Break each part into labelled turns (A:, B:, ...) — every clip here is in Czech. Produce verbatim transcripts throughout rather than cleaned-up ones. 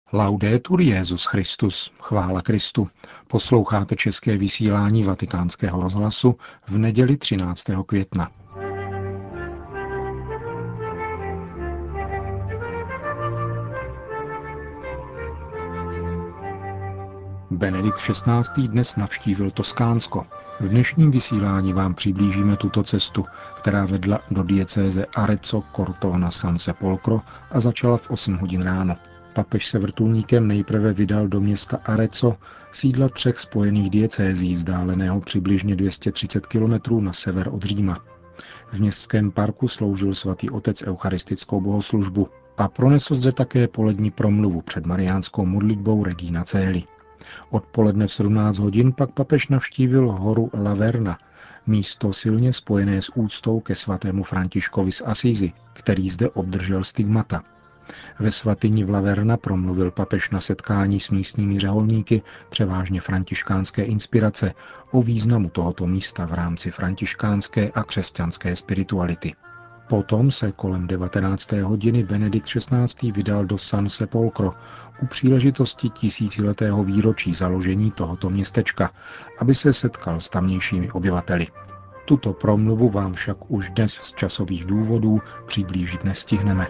A: Laudetur Jesus Christus, chvála Kristu. Posloucháte české vysílání Vatikánského rozhlasu v neděli třináctého května. Benedikt šestnáctý. dnes navštívil Toskánsko. V dnešním vysílání vám přiblížíme tuto cestu, která vedla do diecéze Arezzo Cortona San Sepolcro a začala v osm hodin ráno. Papež se vrtulníkem nejprve vydal do města Arezzo, sídla třech spojených diecézí, vzdáleného přibližně dvě stě třicet kilometrů na sever od Říma. V městském parku sloužil svatý otec eucharistickou bohoslužbu a pronesl zde také polední promluvu před mariánskou modlitbou Regina Coeli. Odpoledne v sedmnáct hodin pak papež navštívil horu Laverna, místo silně spojené s úctou ke svatému Františkovi z Asízy, který zde obdržel stigmata. Ve svatyni v Laverna promluvil papež na setkání s místními řeholníky, převážně františkánské inspirace, o významu tohoto místa v rámci františkánské a křesťanské spirituality. Potom se kolem devatenácté hodiny Benedikt šestnáctý. Vydal do San Sepolcro u příležitosti tisíciletého výročí založení tohoto městečka, aby se setkal s tamnějšími obyvateli. Tuto promluvu vám však už dnes z časových důvodů přiblížit nestihneme.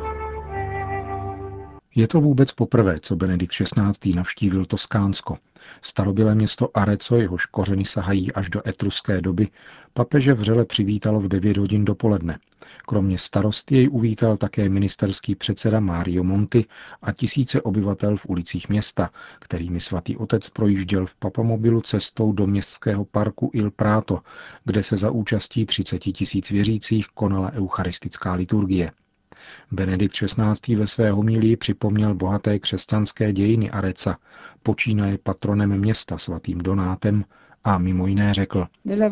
A: Je to vůbec poprvé, co Benedikt šestnáctý. Navštívil Toskánsko. Starobylé město Arezzo, jehož kořeny sahají až do etruské doby, papeže vřele přivítalo v devět hodin dopoledne. Kromě starosty jej uvítal také ministerský předseda Mario Monti a tisíce obyvatel v ulicích města, kterými svatý otec projížděl v papamobilu cestou do městského parku Il Prato, kde se za účastí třicet tisíc věřících konala eucharistická liturgie. Benedikt šestnáctý. Ve své homilii připomněl bohaté křesťanské dějiny Arezza, počínaje patronem města svatým Donátem a mimo jiné řekl: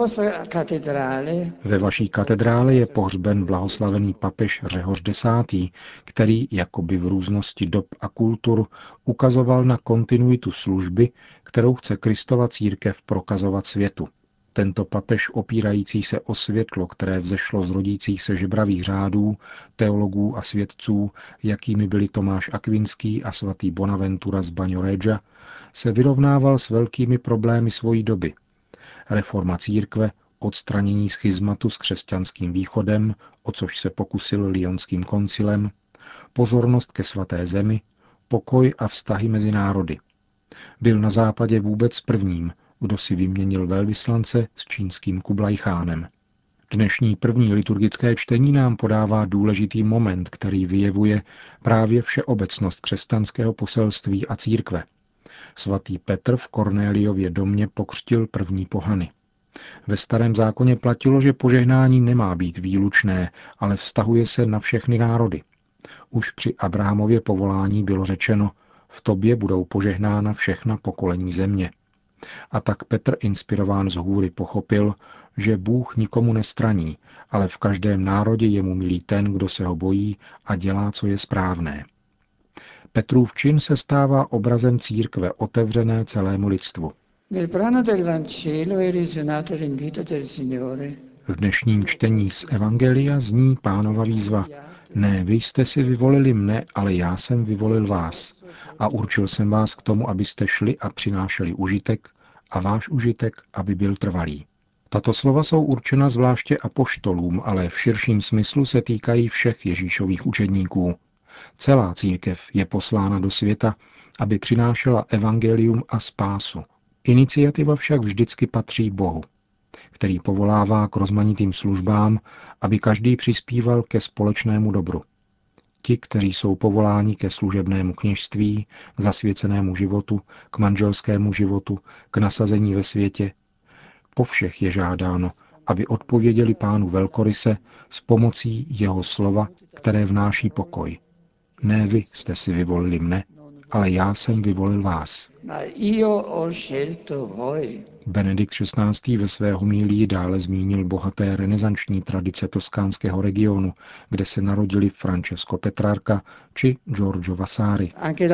A: Ve vaší katedrále je pohřben blahoslavený papež Řehoř desátý., který, jakoby v různosti dob a kultur, ukazoval na kontinuitu služby, kterou chce Kristova církev prokazovat světu. Tento papež, opírající se o světlo, které vzešlo z rodících se žebravých řádů, teologů a svědců, jakými byli Tomáš Akvinský a svatý Bonaventura z Bagnoreggia, se vyrovnával s velkými problémy svojí doby. Reforma církve, odstranění schizmatu s křesťanským východem, o což se pokusil Lyonským koncilem, pozornost ke svaté zemi, pokoj a vztahy mezi národy. Byl na západě vůbec prvním, kdo si vyměnil velvyslance s čínským Kublajchánem. Dnešní první liturgické čtení nám podává důležitý moment, který vyjevuje právě všeobecnost křesťanského poselství a církve. Svatý Petr v Kornéliově domě pokřtil první pohany. Ve Starém zákoně platilo, že požehnání nemá být výlučné, ale vztahuje se na všechny národy. Už při Abrahamově povolání bylo řečeno: v tobě budou požehnána všechna pokolení země. A tak Petr, inspirován z hůry, pochopil, že Bůh nikomu nestraní, ale v každém národě je mu milý ten, kdo se ho bojí a dělá, co je správné. Petrův čin se stává obrazem církve otevřené celému lidstvu. V dnešním čtení z Evangelia zní Pánova výzva: Ne, vy jste si vyvolili mne, ale já jsem vyvolil vás. A určil jsem vás k tomu, abyste šli a přinášeli užitek, a váš užitek, aby byl trvalý. Tato slova jsou určena zvláště apoštolům, ale v širším smyslu se týkají všech Ježíšových učedníků. Celá církev je poslána do světa, aby přinášela evangelium a spásu. Iniciativa však vždycky patří Bohu, který povolává k rozmanitým službám, aby každý přispíval ke společnému dobru. Ti, kteří jsou povoláni ke služebnému kněžství, k zasvěcenému životu, k manželskému životu, k nasazení ve světě, po všech je žádáno, aby odpověděli Pánu velkoryse s pomocí jeho slova, které vnáší pokoj. Ne vy jste si vyvolili mne, ale já jsem vyvolil vás. Benedikt šestnáctý. ve své homílii dále zmínil bohaté renesanční tradice toskánského regionu, kde se narodili Francesco Petrarca či Giorgio Vasari.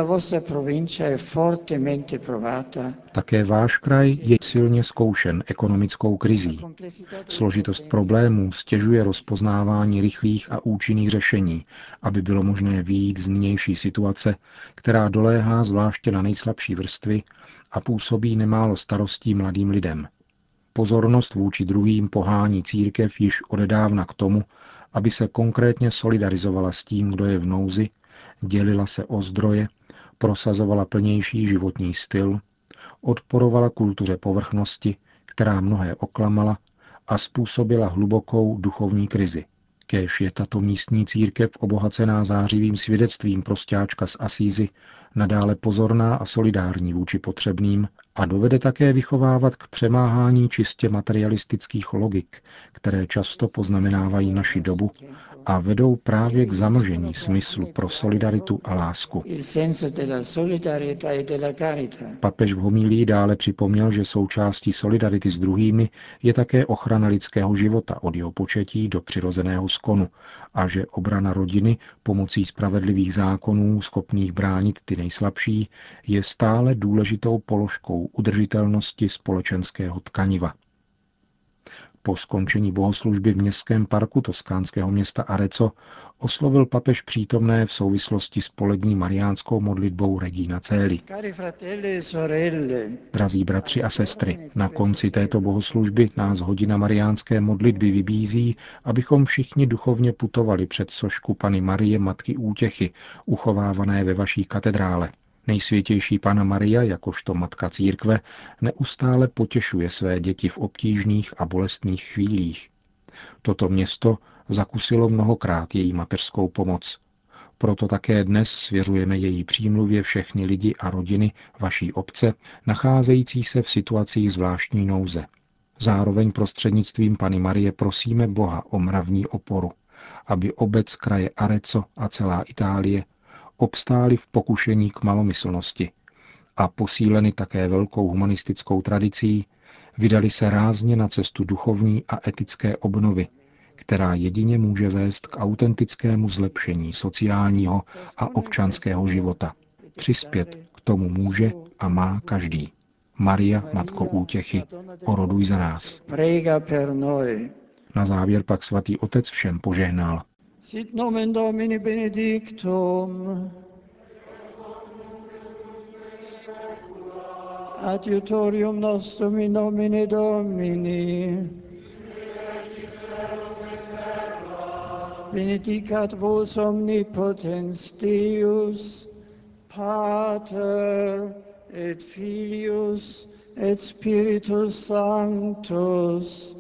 A: Také váš kraj je silně zkoušen ekonomickou krizí. Složitost problémů stěžuje rozpoznávání rychlých a účinných řešení, aby bylo možné vyjít z nynější situace, která doléhá zvláště na nejslabší vrstvy a působí nemálo starostí mladým lidem. Pozornost vůči druhým pohání církev již odedávna k tomu, aby se konkrétně solidarizovala s tím, kdo je v nouzi, dělila se o zdroje, prosazovala plnější životní styl, odporovala kultuře povrchnosti, která mnohé oklamala a způsobila hlubokou duchovní krizi. Kéž je tato místní církev obohacená zářivým svědectvím prosťáčka z Asízy, nadále pozorná a solidární vůči potřebným a dovede také vychovávat k přemáhání čistě materialistických logik, které často poznamenávají naši dobu a vedou právě k zamlžení smyslu pro solidaritu a lásku. Papež v homílii dále připomněl, že součástí solidarity s druhými je také ochrana lidského života od jeho početí do přirozeného skonu a že obrana rodiny pomocí spravedlivých zákonů schopných bránit ty nejslabší je stále důležitou položkou udržitelnosti společenského tkaniva. Po skončení bohoslužby v městském parku toskánského města Arezzo oslovil papež přítomné v souvislosti s polední mariánskou modlitbou Regina Coeli. Drazí bratři a sestry, na konci této bohoslužby nás hodina mariánské modlitby vybízí, abychom všichni duchovně putovali před sošku Panny Marie Matky Útěchy, uchovávané ve vaší katedrále. Nejsvětější Panna Maria, jakožto matka církve, neustále potěšuje své děti v obtížných a bolestných chvílích. Toto město zakusilo mnohokrát její mateřskou pomoc. Proto také dnes svěřujeme její přímluvě všechny lidi a rodiny vaší obce, nacházející se v situacích zvláštní nouze. Zároveň prostřednictvím Panny Marie prosíme Boha o mravní oporu, aby obec kraje Arezzo a celá Itálie obstáli v pokušení k malomyslnosti a posíleni také velkou humanistickou tradicí, vydali se rázně na cestu duchovní a etické obnovy, která jedině může vést k autentickému zlepšení sociálního a občanského života. Přispět k tomu může a má každý. Maria, Matko Útěchy, oroduj za nás. Na závěr pak svatý otec všem požehnal.
B: Sit nomen Domini benedictum. Adiutorium nostrum in nomine Domini. Benedicat vos omnipotens Deus, Pater et Filius et Spiritus Sanctus.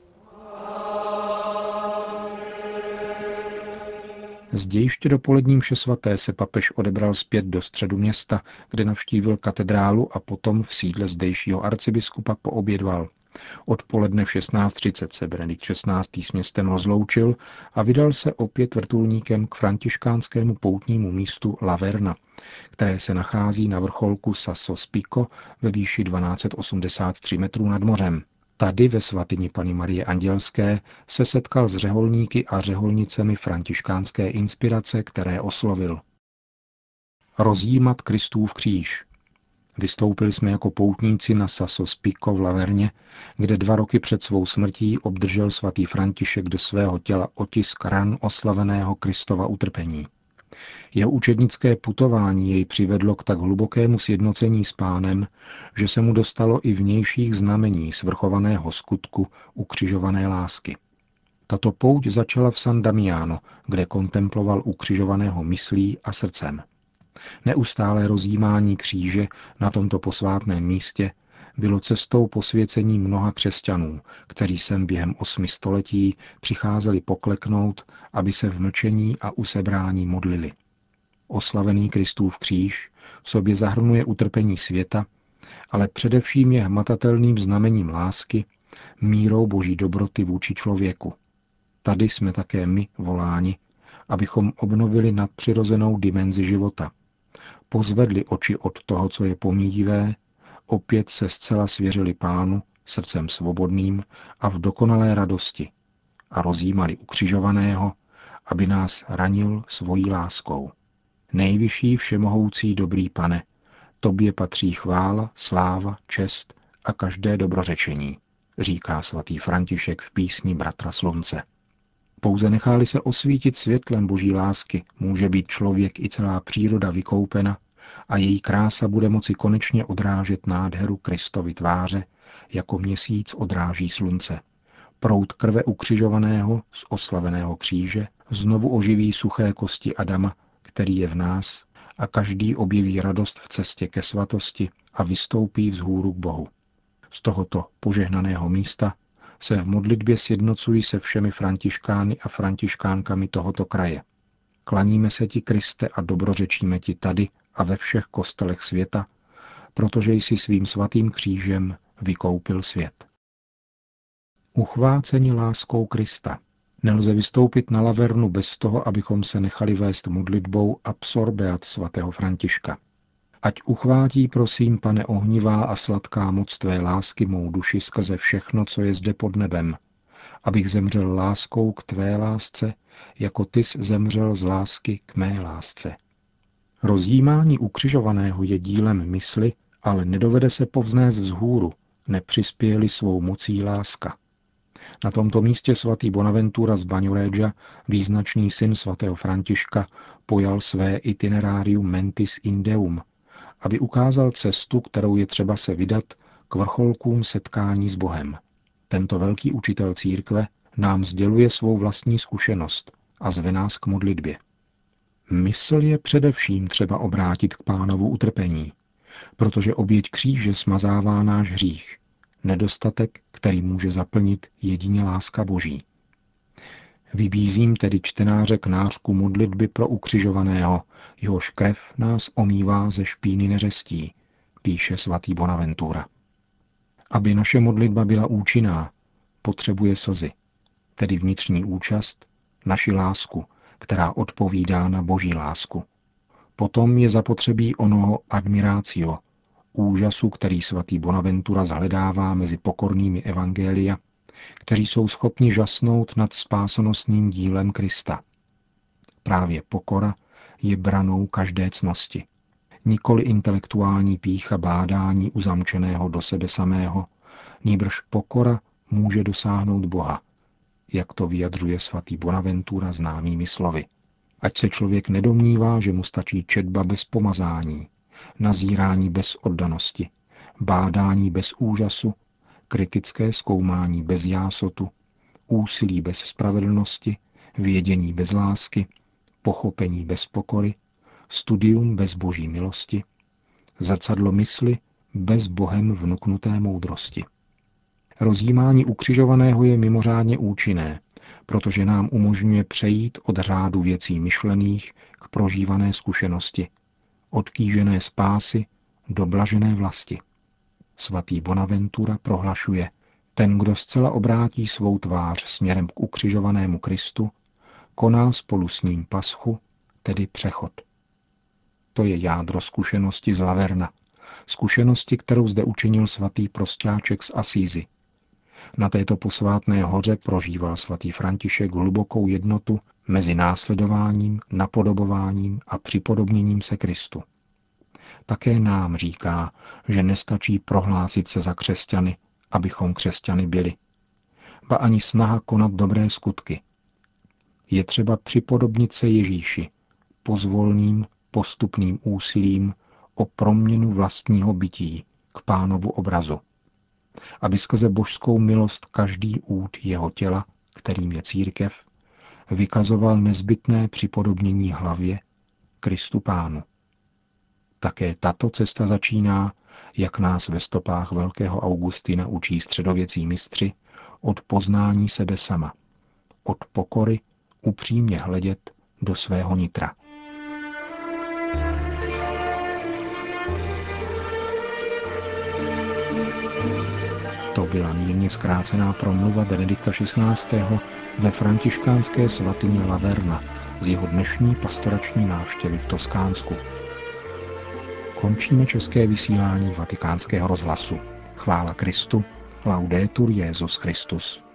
A: Zde ještě dopolední mše svaté se papež odebral zpět do středu města, kde navštívil katedrálu a potom v sídle zdejšího arcibiskupa poobědval. Odpoledne v šestnáct třicet se Benedikt šestnáctý. S městem rozloučil a vydal se opět vrtulníkem k františkánskému poutnímu místu La Verna, které se nachází na vrcholku Sasso Spico ve výši dvanáct set osmdesát tři metrů nad mořem. Tady ve svatyni Panny Marie Andělské se setkal s řeholníky a řeholnicemi františkánské inspirace, které oslovil. Rozjímat Kristův kříž. Vystoupili jsme jako poutníci na Sasso Spico v Laverně, kde dva roky před svou smrtí obdržel svatý František do svého těla otisk ran oslaveného Kristova utrpení. Jeho učednické putování jej přivedlo k tak hlubokému sjednocení s Pánem, že se mu dostalo i vnějších znamení svrchovaného skutku ukřižované lásky. Tato pouť začala v San Damiano, kde kontemploval ukřižovaného myslí a srdcem. Neustálé rozjímání kříže na tomto posvátném místě bylo cestou posvěcení mnoha křesťanů, kteří sem během osmi století přicházeli pokleknout, aby se v mlčení a usebrání modlili. Oslavený Kristův kříž v sobě zahrnuje utrpení světa, ale především je hmatatelným znamením lásky, mírou boží dobroty vůči člověku. Tady jsme také my voláni, abychom obnovili nadpřirozenou dimenzi života, pozvedli oči od toho, co je pomíjivé, opět se zcela svěřili Pánu srdcem svobodným a v dokonalé radosti a rozjímali ukřižovaného, aby nás ranil svojí láskou. Nejvyšší všemohoucí dobrý Pane, tobě patří chvála, sláva, čest a každé dobrořečení, říká svatý František v písni Bratra slunce. Pouze necháli se osvítit světlem boží lásky, může být člověk i celá příroda vykoupena a její krása bude moci konečně odrážet nádheru Kristovy tváře, jako měsíc odráží slunce. Proud krve ukřižovaného z oslaveného kříže znovu oživí suché kosti Adama, který je v nás, a každý objeví radost v cestě ke svatosti a vystoupí vzhůru k Bohu. Z tohoto požehnaného místa se v modlitbě sjednocují se všemi františkány a františkánkami tohoto kraje. Klaníme se ti, Kriste, a dobrořečíme ti tady a ve všech kostelech světa, protože jsi svým svatým křížem vykoupil svět. Uchváceni láskou Krista. Nelze vystoupit na Lavernu bez toho, abychom se nechali vést modlitbou Absorbeat svatého Františka. Ať uchvátí, prosím, Pane, ohnivá a sladká moc tvé lásky mou duši skrze všechno, co je zde pod nebem, abych zemřel láskou k tvé lásce, jako tys zemřel z lásky k mé lásce. Rozjímání ukřižovaného je dílem mysli, ale nedovede se povznést vzhůru, nepřispěje-li svou mocí láska. Na tomto místě svatý Bonaventura z Bagnoreggia, význačný syn svatého Františka, pojal své itinerarium mentis in deum, aby ukázal cestu, kterou je třeba se vydat k vrcholkům setkání s Bohem. Tento velký učitel církve nám sděluje svou vlastní zkušenost a zve nás k modlitbě. Mysl je především třeba obrátit k Pánovu utrpení, protože oběť kříže smazává náš hřích, nedostatek, který může zaplnit jedině láska Boží. Vybízím tedy čtenáře k nářku modlitby pro ukřižovaného, jehož krev nás omývá ze špíny neřestí, píše svatý Bonaventura. Aby naše modlitba byla účinná, potřebuje slzy, tedy vnitřní účast, naši lásku, která odpovídá na Boží lásku. Potom je zapotřebí onoho admiratio, úžasu, který svatý Bonaventura zhledává mezi pokornými evangelia, kteří jsou schopni žasnout nad spásonosným dílem Krista. Právě pokora je branou každé ctnosti. Nikoli intelektuální pýcha bádání uzamčeného do sebe samého, nýbrž pokora může dosáhnout Boha, jak to vyjadřuje svatý Bonaventura známými slovy. Ať se člověk nedomnívá, že mu stačí četba bez pomazání, nazírání bez oddanosti, bádání bez úžasu, kritické zkoumání bez jásotu, úsilí bez spravedlnosti, vědění bez lásky, pochopení bez pokory, studium bez boží milosti, zrcadlo mysli bez Bohem vnuknuté moudrosti. Rozjímání ukřižovaného je mimořádně účinné, protože nám umožňuje přejít od řádu věcí myšlených k prožívané zkušenosti, od kýžené spásy do blažené vlasti. Svatý Bonaventura prohlašuje, ten, kdo zcela obrátí svou tvář směrem k ukřižovanému Kristu, koná spolu s ním paschu, tedy přechod. To je jádro zkušenosti z Laverna, zkušenosti, kterou zde učinil svatý prosťáček z Asízy. Na této posvátné hoře prožíval svatý František hlubokou jednotu mezi následováním, napodobováním a připodobněním se Kristu. Také nám říká, že nestačí prohlásit se za křesťany, abychom křesťany byli, ba ani snaha konat dobré skutky. Je třeba připodobnit se Ježíši pozvolným, postupným úsilím o proměnu vlastního bytí k Pánovu obrazu, aby skrze božskou milost každý úd jeho těla, kterým je církev, vykazoval nezbytné připodobnění hlavě Kristu Pánu. Také tato cesta začíná, jak nás ve stopách velkého Augustina učí středověcí mistři, od poznání sebe sama, od pokory upřímně hledět do svého nitra. To byla mírně zkrácená promluva Benedikta šestnáctého. ve františkánské svatyni Laverna z jeho dnešní pastorační návštěvy v Toskánsku. končíme české vysílání Vatikánského rozhlasu. Chvála Kristu, laudetur Jesus Christus.